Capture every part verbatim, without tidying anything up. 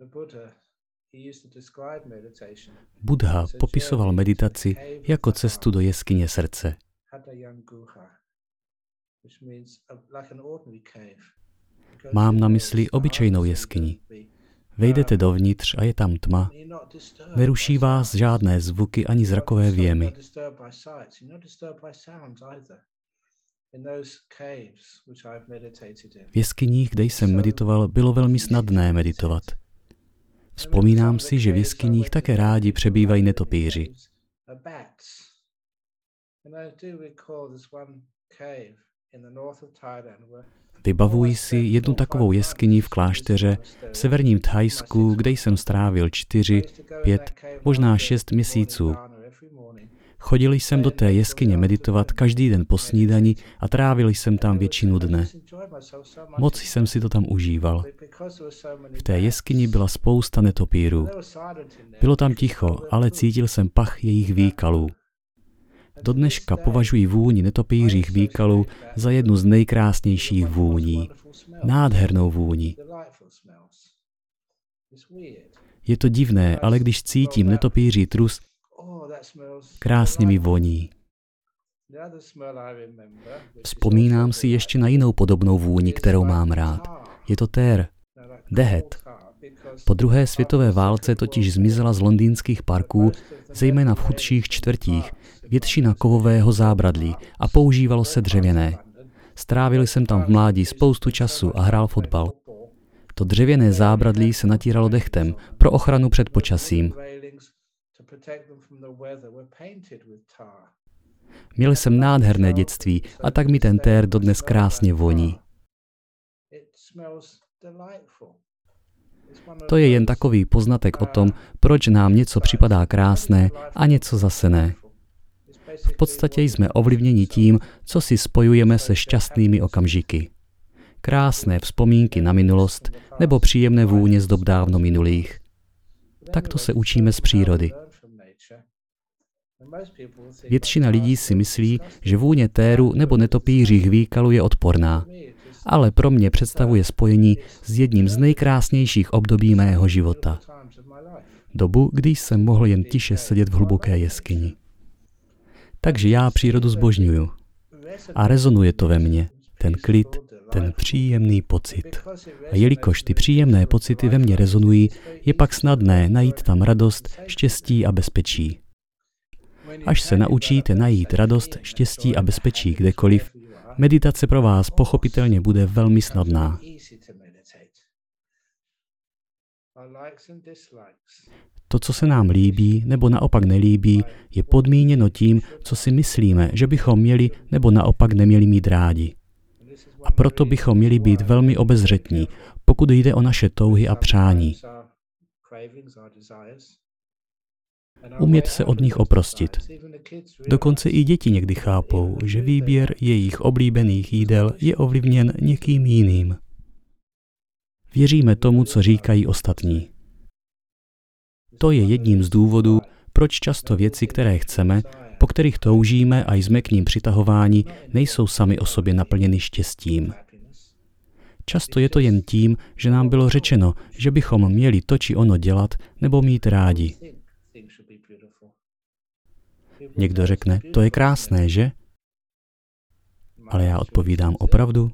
Buddha popisoval meditaci jako cestu do jeskyně srdce. Mám na mysli obyčejnou jeskyni. Vejdete dovnitř a je tam tma. Neruší vás žádné zvuky ani zrakové vjemy. V jeskyních, kde jsem meditoval, bylo velmi snadné meditovat. Vzpomínám si, že v jeskyních také rádi přebývají netopýři. Vybavuji si jednu takovou jeskyni v klášteře v severním Thajsku, kde jsem strávil čtyři, pět, možná šest měsíců. Chodil jsem do té jeskyně meditovat každý den po snídani a trávil jsem tam většinu dne. Moc jsem si to tam užíval. V té jeskyni byla spousta netopýrů. Bylo tam ticho, ale cítil jsem pach jejich výkalů. Do dneška považuji vůni netopýřích výkalů za jednu z nejkrásnějších vůní. Nádhernou vůni. Je to divné, ale když cítím netopýří trus, krásně mi voní. Vzpomínám si ještě na jinou podobnou vůni, kterou mám rád. Je to tér, dehet. Po druhé světové válce totiž zmizela z londýnských parků, zejména v chudších čtvrtích, většina kovového zábradlí a používalo se dřevěné. Strávil jsem tam v mládí spoustu času a hrál fotbal. To dřevěné zábradlí se natíralo dechtem pro ochranu před počasím. Měl jsem nádherné dětství a tak mi ten tér dodnes krásně voní. To je jen takový poznatek o tom, proč nám něco připadá krásné a něco zase ne. V podstatě jsme ovlivněni tím, co si spojujeme se šťastnými okamžiky. Krásné vzpomínky na minulost nebo příjemné vůně z dob dávno minulých. Takto se učíme z přírody. Většina lidí si myslí, že vůně téru nebo netopýřích výkalů je odporná, ale pro mě představuje spojení s jedním z nejkrásnějších období mého života. Dobu, kdy jsem mohl jen tiše sedět v hluboké jeskyni. Takže já přírodu zbožňuju. A rezonuje to ve mně, ten klid, ten příjemný pocit. A jelikož ty příjemné pocity ve mně rezonují, je pak snadné najít tam radost, štěstí a bezpečí. Až se naučíte najít radost, štěstí a bezpečí kdekoliv, meditace pro vás pochopitelně bude velmi snadná. To, co se nám líbí nebo naopak nelíbí, je podmíněno tím, co si myslíme, že bychom měli nebo naopak neměli mít rádi. A proto bychom měli být velmi obezřetní, pokud jde o naše touhy a přání. Umět se od nich oprostit. Dokonce i děti někdy chápou, že výběr jejich oblíbených jídel je ovlivněn někým jiným. Věříme tomu, co říkají ostatní. To je jedním z důvodů, proč často věci, které chceme, po kterých toužíme a jsme k ním přitahováni, nejsou sami o sobě naplněny štěstím. Často je to jen tím, že nám bylo řečeno, že bychom měli to či ono dělat nebo mít rádi. Někdo řekne, to je krásné, že? Ale já odpovídám opravdu.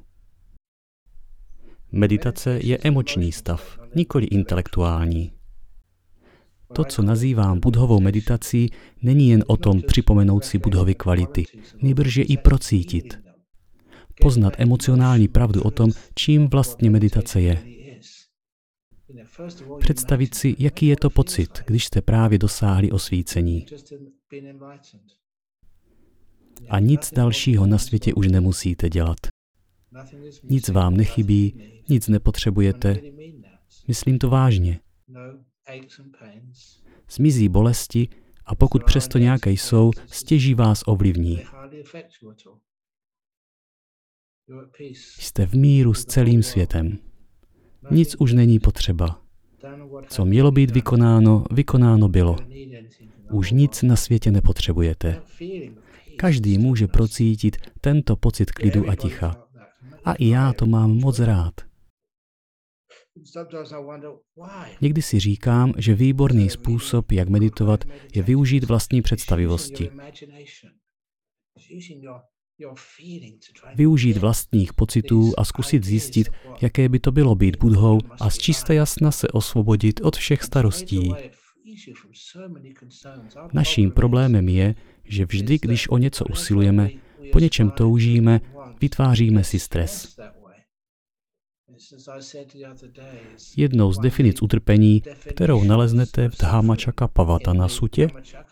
Meditace je emoční stav, nikoli intelektuální. To, co nazývám Buddhovou meditací, není jen o tom připomenout si Buddhovy kvality, nýbrž je i procítit. Poznat emocionální pravdu o tom, čím vlastně meditace je. Představit si, jaký je to pocit, když jste právě dosáhli osvícení. A nic dalšího na světě už nemusíte dělat. Nic vám nechybí, nic nepotřebujete. Myslím to vážně. Zmizí bolesti a pokud přesto nějaké jsou, stěží vás ovlivní. Jste v míru s celým světem. Nic už není potřeba. Co mělo být vykonáno, vykonáno bylo. Už nic na světě nepotřebujete. Každý může procítit tento pocit klidu a ticha. A i já to mám moc rád. Někdy si říkám, že výborný způsob, jak meditovat, je využít vlastní představivosti. Využít vlastních pocitů a zkusit zjistit, jaké by to bylo být Budhou a z čista jasna se osvobodit od všech starostí. Naším problémem je, že vždy, když o něco usilujeme, po něčem toužíme, vytváříme si stres. Jednou z definic utrpení, kterou naleznete v Dhammacakkappavattana sutě,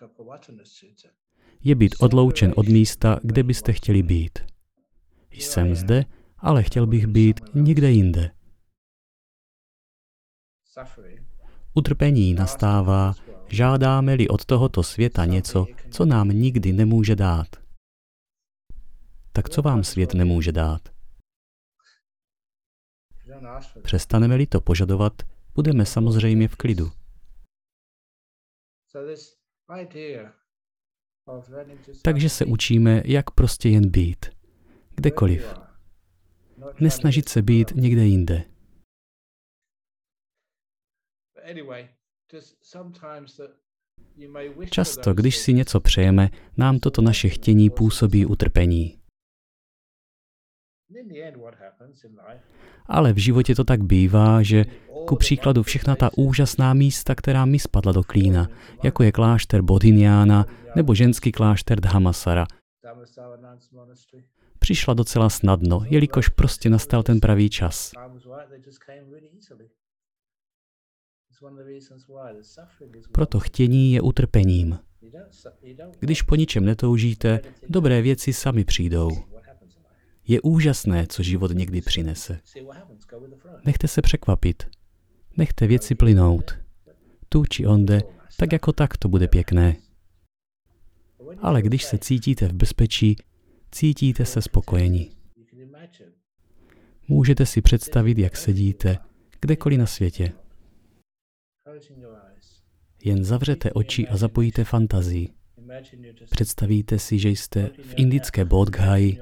je být odloučen od místa, kde byste chtěli být. Jsem zde, ale chtěl bych být někde jinde. Utrpení nastává, žádáme-li od tohoto světa něco, co nám nikdy nemůže dát. Tak co vám svět nemůže dát? Přestaneme-li to požadovat, budeme samozřejmě v klidu. Takže se učíme, jak prostě jen být. Kdekoliv. Nesnažit se být někde jinde. Často, když si něco přejeme, nám toto naše chtění působí utrpení. Ale v životě to tak bývá, že ku příkladu všechna ta úžasná místa, která mi spadla do klína, jako je klášter Bodhinyana nebo ženský klášter Dhammasara, přišla docela snadno, jelikož prostě nastal ten pravý čas. Proto chtění je utrpením. Když po ničem netoužíte, dobré věci sami přijdou. Je úžasné, co život někdy přinese. Nechte se překvapit. Nechte věci plynout. Tu či onde, tak jako tak to bude pěkné. Ale když se cítíte v bezpečí, cítíte se spokojeni. Můžete si představit, jak sedíte, kdekoliv na světě. Jen zavřete oči a zapojíte fantazii. Představíte si, že jste v indické Bodhgaji.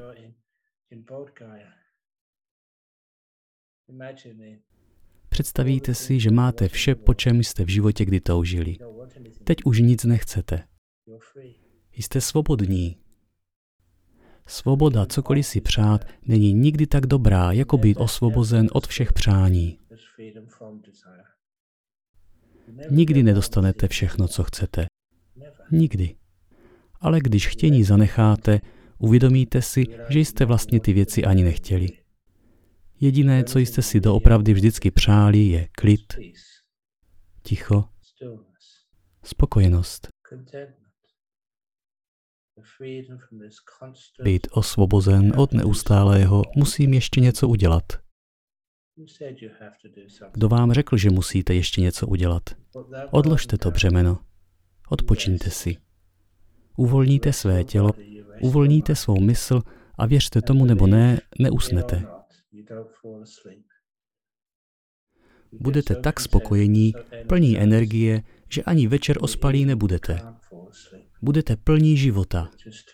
Představíte si, že máte vše, po čem jste v životě kdy toužili. Teď už nic nechcete. Jste svobodní. Svoboda, cokoliv si přát, není nikdy tak dobrá, jako být osvobozen od všech přání. Nikdy nedostanete všechno, co chcete. Nikdy. Ale když chtění zanecháte, uvědomíte si, že jste vlastně ty věci ani nechtěli. Jediné, co jste si doopravdy vždycky přáli, je klid, ticho, spokojenost. Být osvobozen od neustálého, musím ještě něco udělat. Kdo vám řekl, že musíte ještě něco udělat? Odložte to břemeno. Odpočiňte si. Uvolníte své tělo, uvolníte svou mysl a věřte tomu nebo ne, neusnete. Budete tak spokojení, plní energie, že ani večer ospalí nebudete. Budete plní života.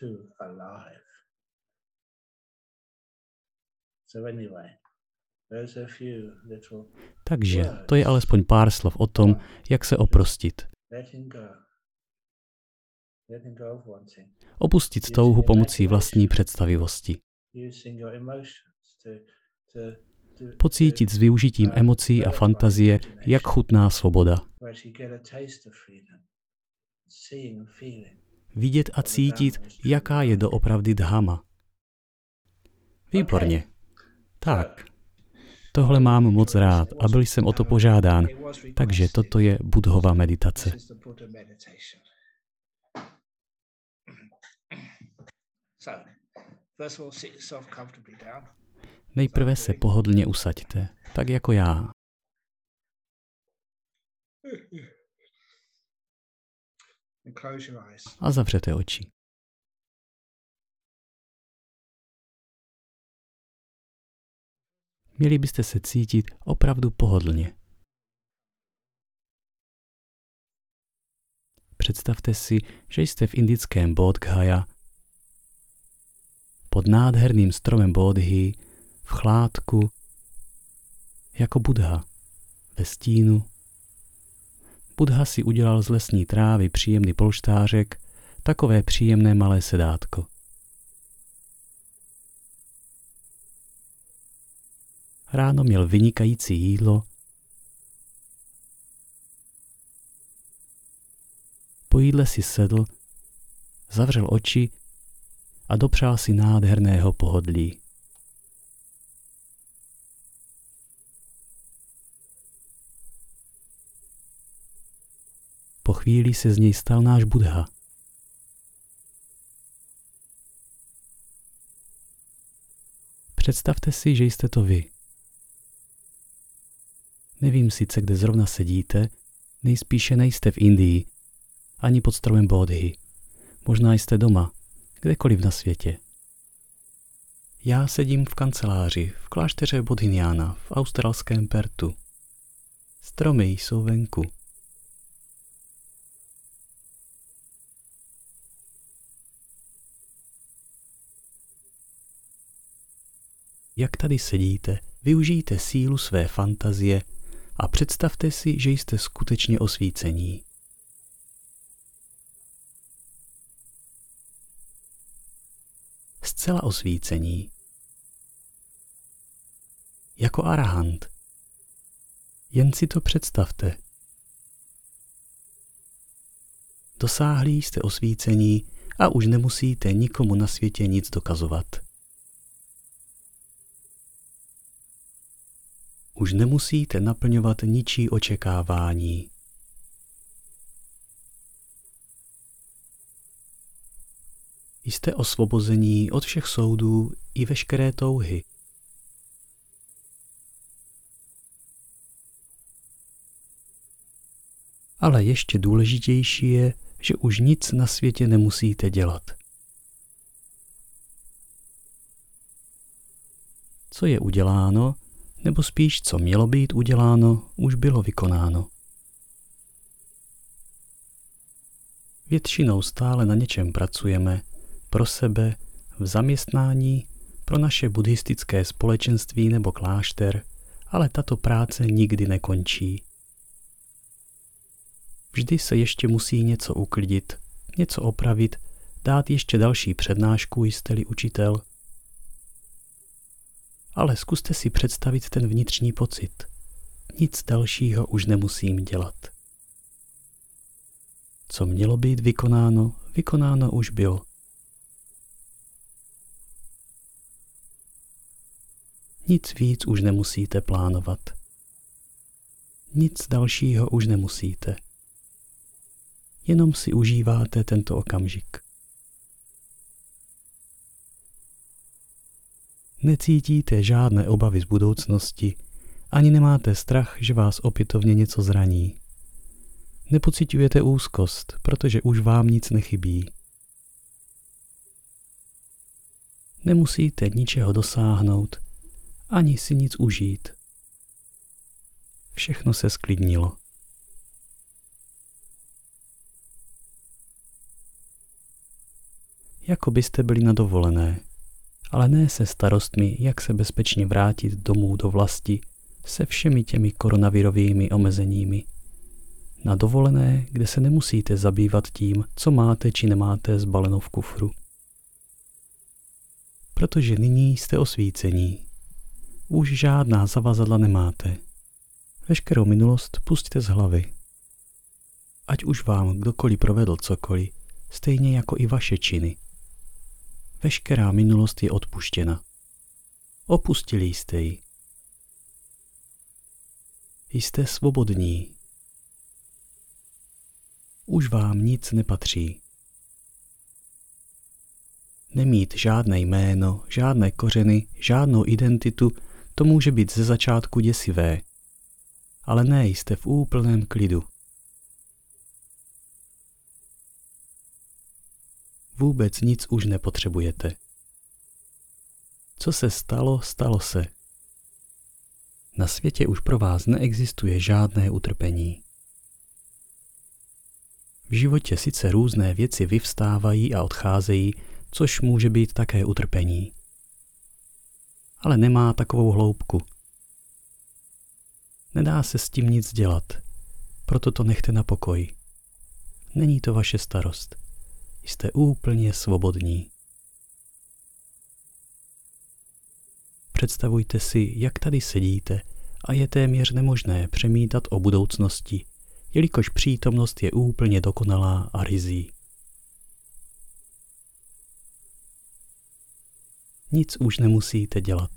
Takže to je alespoň pár slov o tom, jak se oprostit. Opustit touhu pomocí vlastní představivosti. Pocítit s využitím emocí a fantazie, jak chutná svoboda. Vidět a cítit, jaká je doopravdy dhamma. Výborně. Tak. Tohle mám moc rád a byl jsem o to požádán, takže toto je Budhova meditace. Nejprve se pohodlně usaďte, tak jako já. A zavřete oči. Měli byste se cítit opravdu pohodlně. Představte si, že jste v indickém Bodhgaya, pod nádherným stromem Bodhi, v chládku, jako Buddha. ve stínu. Buddha si udělal z lesní trávy příjemný polštářek, takové příjemné malé sedátko. Ráno měl vynikající jídlo, po jídle si sedl, zavřel oči a dopřál si nádherného pohodlí. Po chvíli se z něj stal náš Buddha. Představte si, že jste to vy. Nevím sice, kde zrovna sedíte, nejspíše nejste v Indii, ani pod stromem Bodhi. Možná jste doma, kdekoliv na světě. Já sedím v kanceláři v klášteře Bodhinyana v australském Pertu. Stromy jsou venku. Jak tady sedíte, využijte sílu své fantazie a představte si, že jste skutečně osvícení. Zcela osvícení. Jako arahant. Jen si to představte. Dosáhli jste osvícení a už nemusíte nikomu na světě nic dokazovat. Už nemusíte naplňovat ničí očekávání. Jste osvobození od všech soudů i veškeré touhy. Ale ještě důležitější je, že už nic na světě nemusíte dělat. Co je uděláno, nebo spíš co mělo být uděláno, už bylo vykonáno. Většinou stále na něčem pracujeme, pro sebe, v zaměstnání, pro naše buddhistické společenství nebo klášter, ale tato práce nikdy nekončí. Vždy se ještě musí něco uklidit, něco opravit, dát ještě další přednášku, jste-li učitel. Ale zkuste si představit ten vnitřní pocit. Nic dalšího už nemusím dělat. Co mělo být vykonáno, vykonáno už bylo. Nic víc už nemusíte plánovat. Nic dalšího už nemusíte. Jenom si užíváte tento okamžik. Necítíte žádné obavy z budoucnosti, ani nemáte strach, že vás opětovně něco zraní. Nepociťujete úzkost, protože už vám nic nechybí. Nemusíte ničeho dosáhnout, ani si nic užít. Všechno se sklidnilo. Jako byste byli na dovolené, ale ne se starostmi, jak se bezpečně vrátit domů do vlasti se všemi těmi koronavirovými omezeními. Na dovolené, kde se nemusíte zabývat tím, co máte či nemáte zbaleno v kufru. Protože nyní jste osvícení. Už žádná zavazadla nemáte. Veškerou minulost pusťte z hlavy. Ať už vám kdokoliv provedl cokoliv, stejně jako i vaše činy. Veškerá minulost je odpuštěna. Opustili jste ji. Jste svobodní. Už vám nic nepatří. Nemít žádné jméno, žádné kořeny, žádnou identitu, to může být ze začátku děsivé. Ale ne, jste v úplném klidu. Vůbec nic už nepotřebujete. Co se stalo, stalo se. Na světě už pro vás neexistuje žádné utrpení. V životě sice různé věci vyvstávají a odcházejí, což může být také utrpení. Ale nemá takovou hloubku. Nedá se s tím nic dělat, proto to nechte na pokoji. Není to vaše starost. Jste úplně svobodní. Představujte si, jak tady sedíte a je téměř nemožné přemítat o budoucnosti, jelikož přítomnost je úplně dokonalá a ryzí. Nic už nemusíte dělat.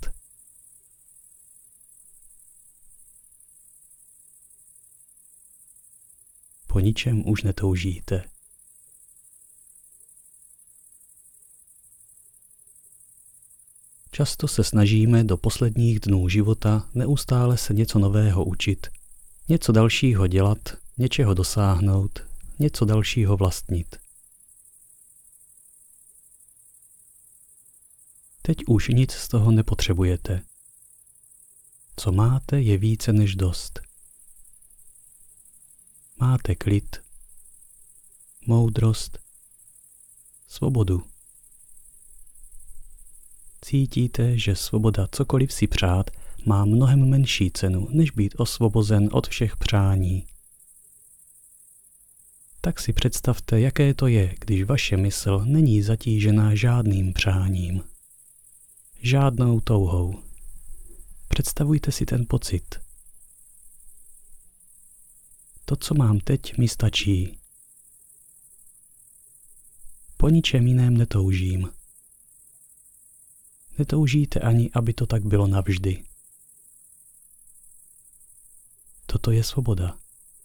Po ničem už netoužíte. Často se snažíme do posledních dnů života neustále se něco nového učit, něco dalšího dělat, něčeho dosáhnout, něco dalšího vlastnit. Teď už nic z toho nepotřebujete. Co máte, je více než dost. Máte klid, moudrost, svobodu. Cítíte, že svoboda cokoliv si přát má mnohem menší cenu, než být osvobozen od všech přání. Tak si představte, jaké to je, když vaše mysl není zatížená žádným přáním, žádnou touhou. Představujte si ten pocit. To, co mám teď, mi stačí. Po ničem jiném netoužím. Netoužíte ani, aby to tak bylo navždy. Toto je svoboda.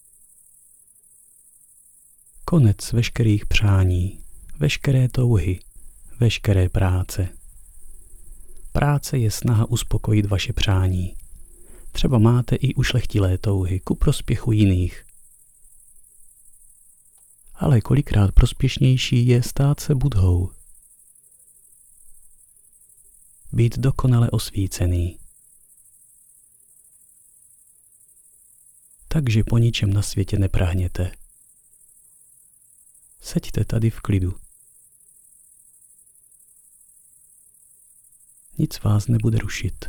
Konec veškerých přání, veškeré touhy, veškeré práce. Práce je snaha uspokojit vaše přání. Třeba máte i ušlechtilé touhy ku prospěchu jiných. Ale kolikrát prospěšnější je stát se Buddhou. Být dokonale osvícený. Takže po ničem na světě neprahněte. Seďte tady v klidu. Nic vás nebude rušit.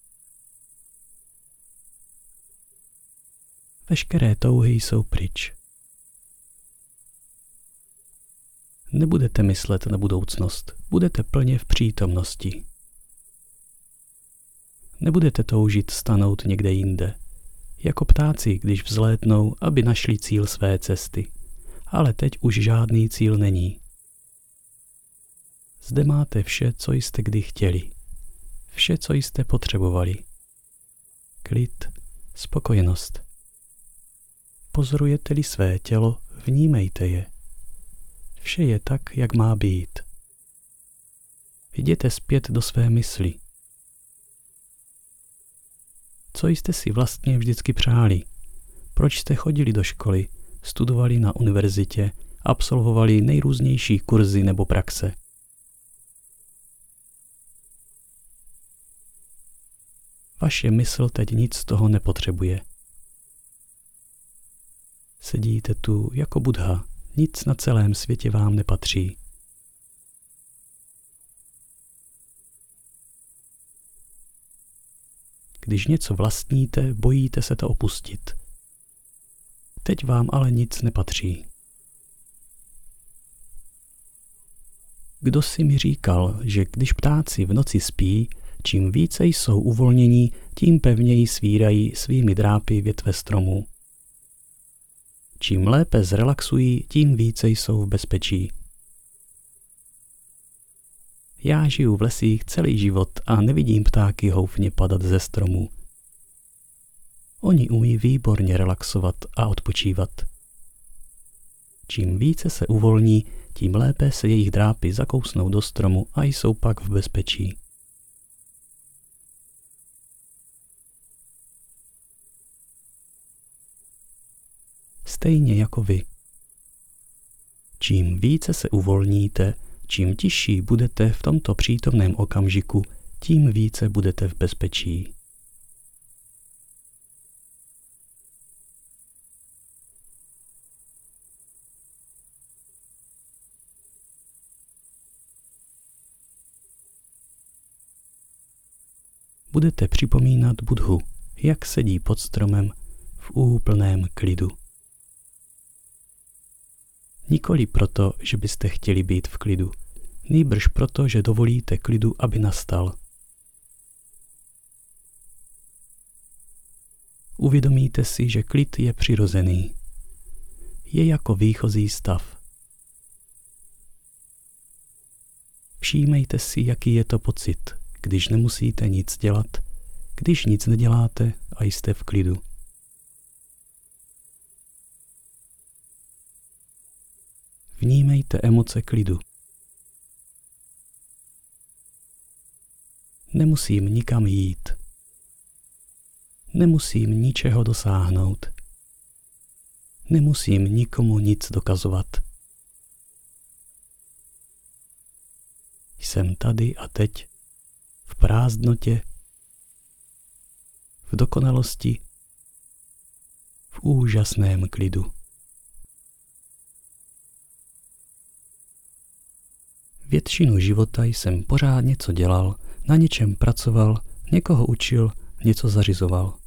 Veškeré touhy jsou pryč. Nebudete myslet na budoucnost, budete plně v přítomnosti. Nebudete toužit stanout někde jinde, jako ptáci, když vzlétnou, aby našli cíl své cesty. Ale teď už žádný cíl není. Zde máte vše, co jste kdy chtěli. Vše, co jste potřebovali. Klid, spokojenost. Pozorujete-li své tělo, vnímejte je. Vše je tak, jak má být. Jděte zpět do své mysli. Co jste si vlastně vždycky přáli? Proč jste chodili do školy, studovali na univerzitě, absolvovali nejrůznější kurzy nebo praxe? Vaše mysl teď nic z toho nepotřebuje. Sedíte tu jako Buddha, nic na celém světě vám nepatří. Když něco vlastníte, bojíte se to opustit. Teď vám ale nic nepatří. Kdo si mi říkal, že když ptáci v noci spí, čím více jsou uvolnění, tím pevněji svírají svými drápy větve stromů. Čím lépe zrelaxují, tím více jsou v bezpečí. Já žiju v lesích celý život a nevidím ptáky houfně padat ze stromů. Oni umí výborně relaxovat a odpočívat. Čím více se uvolní, tím lépe se jejich drápy zakousnou do stromu a jsou pak v bezpečí. Stejně jako vy. Čím více se uvolníte, čím tižší budete v tomto přítomném okamžiku, tím více budete v bezpečí. Budete připomínat Buddhu, jak sedí pod stromem v úplném klidu. Nikoli proto, že byste chtěli být v klidu, nýbrž proto, že dovolíte klidu, aby nastal. Uvědomíte si, že klid je přirozený. Je jako výchozí stav. Všímejte si, jaký je to pocit, když nemusíte nic dělat, když nic neděláte a jste v klidu. Vnímejte emoce klidu. Nemusím nikam jít. Nemusím ničeho dosáhnout. Nemusím nikomu nic dokazovat. Jsem tady a teď, v prázdnotě, v dokonalosti, v úžasném klidu. Většinu života jsem pořád něco dělal, na něčem pracoval, někoho učil, něco zařizoval.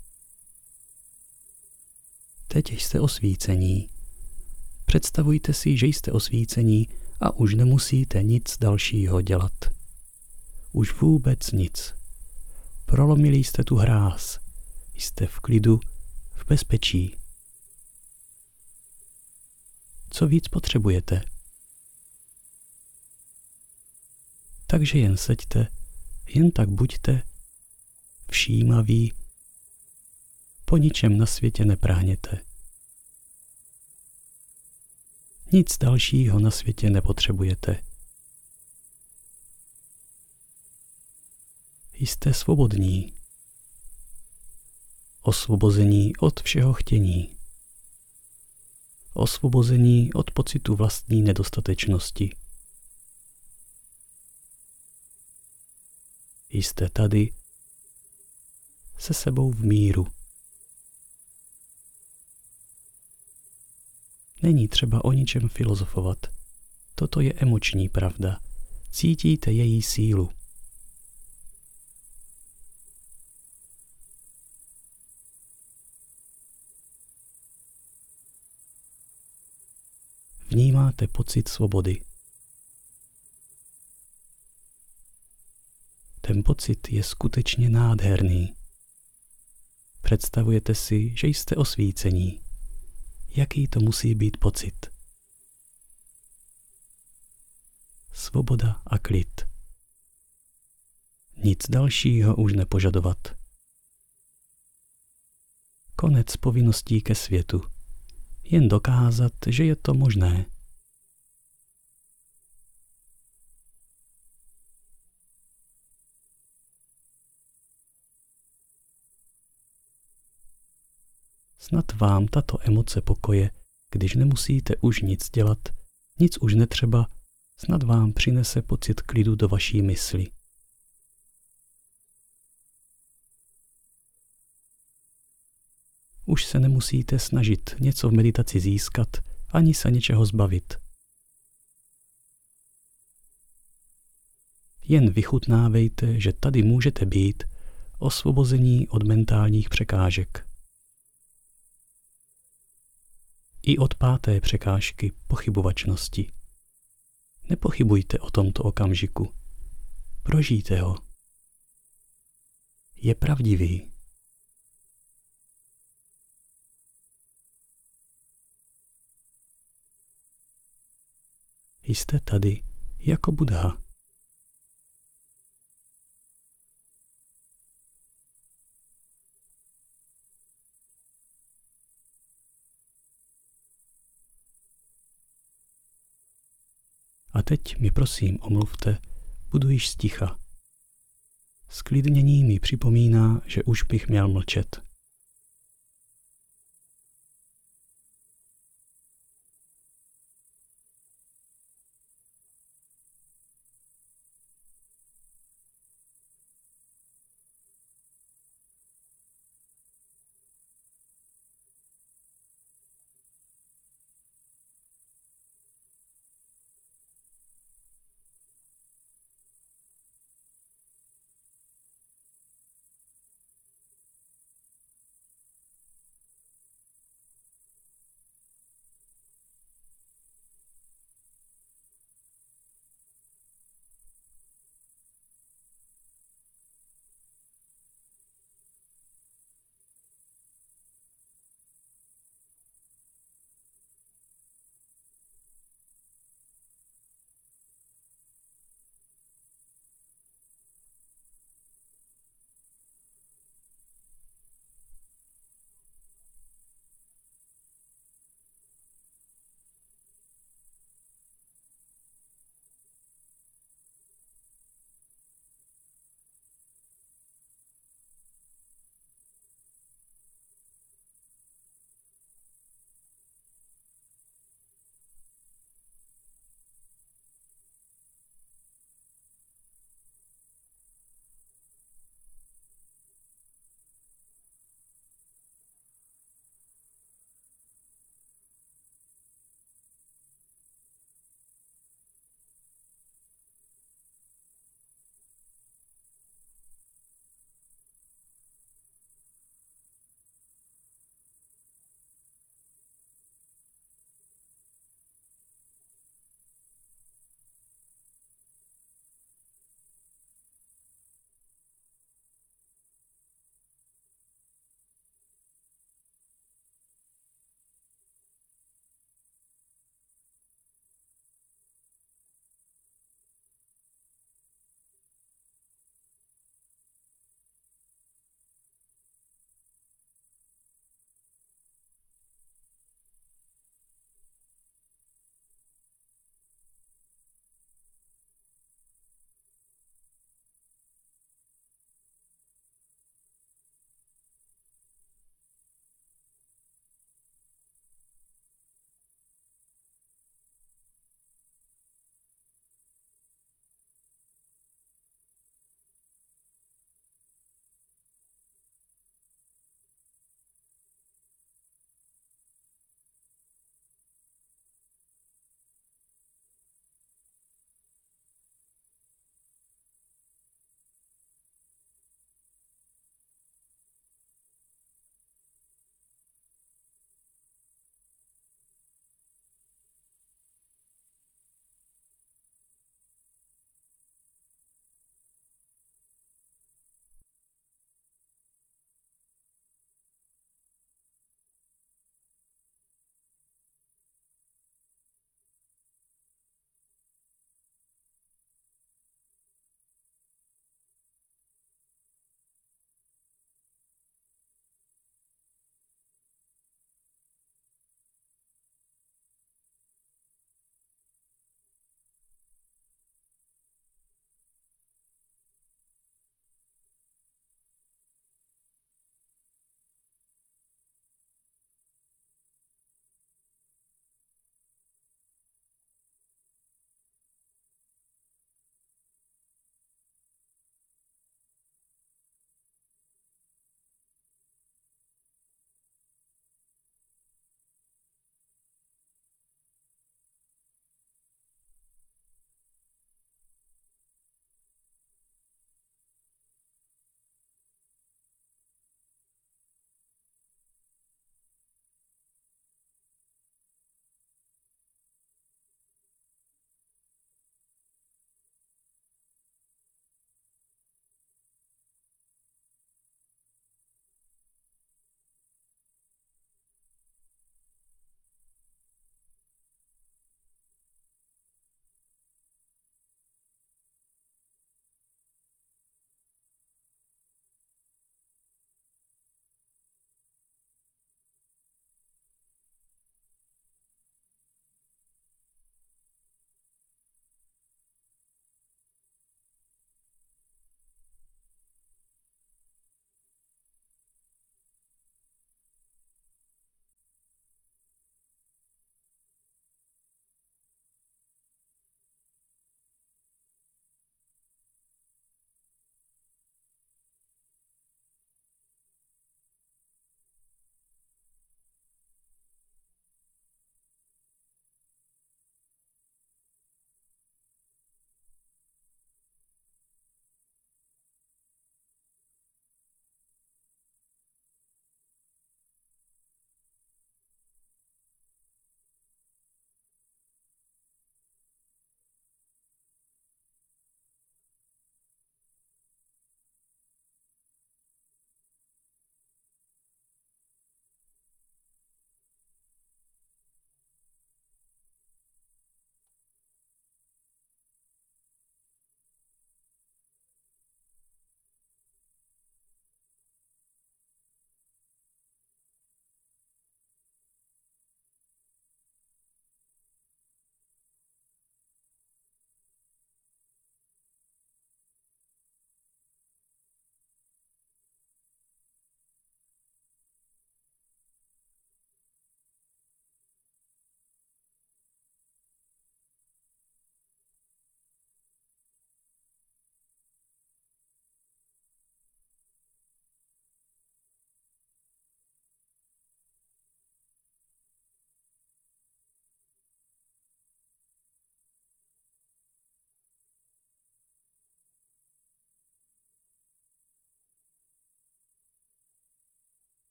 Teď jste osvícení. Představujte si, že jste osvícení a už nemusíte nic dalšího dělat. Už vůbec nic. Prolomili jste tu hráz. Jste v klidu, v bezpečí. Co víc potřebujete? Takže jen seďte, jen tak buďte, všímaví, po ničem na světě neprahněte. Nic dalšího na světě nepotřebujete. Jste svobodní. Osvobození od všeho chtění. Osvobození od pocitu vlastní nedostatečnosti. Jste tady se sebou v míru. Není třeba o ničem filozofovat. Toto je emoční pravda. Cítíte její sílu. Vnímáte pocit svobody. Ten pocit je skutečně nádherný. Představujete si, že jste osvícení. Jaký to musí být pocit? Svoboda a klid. Nic dalšího už nepožadovat. Konec povinností ke světu. Jen dokázat, že je to možné. Snad vám tato emoce pokoje, když nemusíte už nic dělat, nic už netřeba, snad vám přinese pocit klidu do vaší mysli. Už se nemusíte snažit něco v meditaci získat, ani se něčeho zbavit. Jen vychutnávejte, že tady můžete být osvobození od mentálních překážek. I od páté překážky pochybovačnosti. Nepochybujte o tomto okamžiku. Prožijte ho. Je pravdivý. Jste tady jako Buddha. A teď mi prosím omluvte, budu již sticha. Sklidnění mi připomíná, že už bych měl mlčet.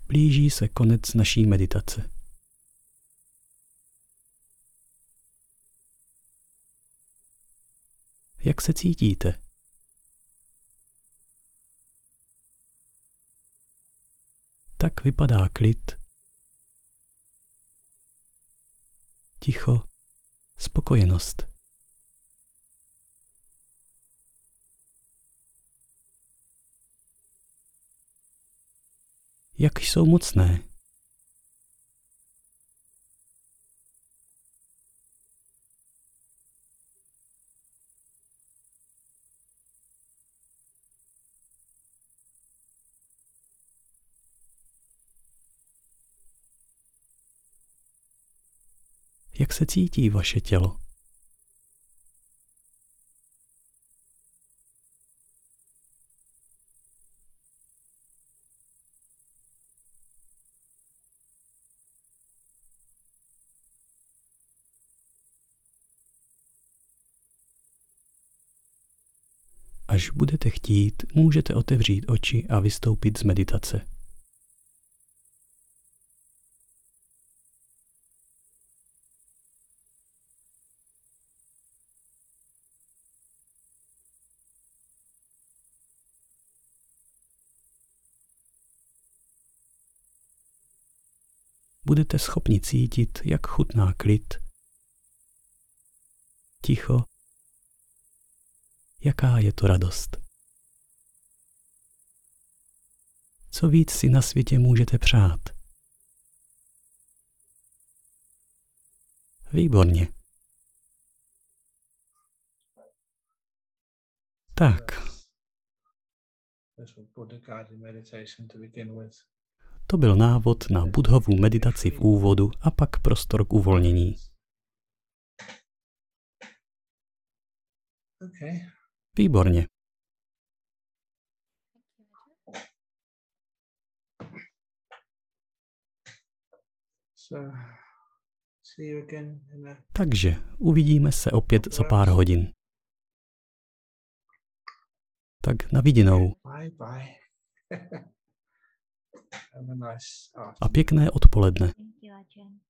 Blíží se konec naší meditace. Jak se cítíte? Tak vypadá klid, ticho, spokojenost. Jak jsou mocné. Jak se cítí vaše tělo? Až budete chtít, můžete otevřít oči a vystoupit z meditace. Budete schopni cítit, jak chutná klid, ticho, jaká je to radost. Co víc si na světě můžete přát? Výborně. Tak. To byl návod na Buddhovu meditaci v úvodu a pak prostor k uvolnění. Výborně. Takže uvidíme se opět za pár hodin. Tak na viděnou. A pěkné odpoledne.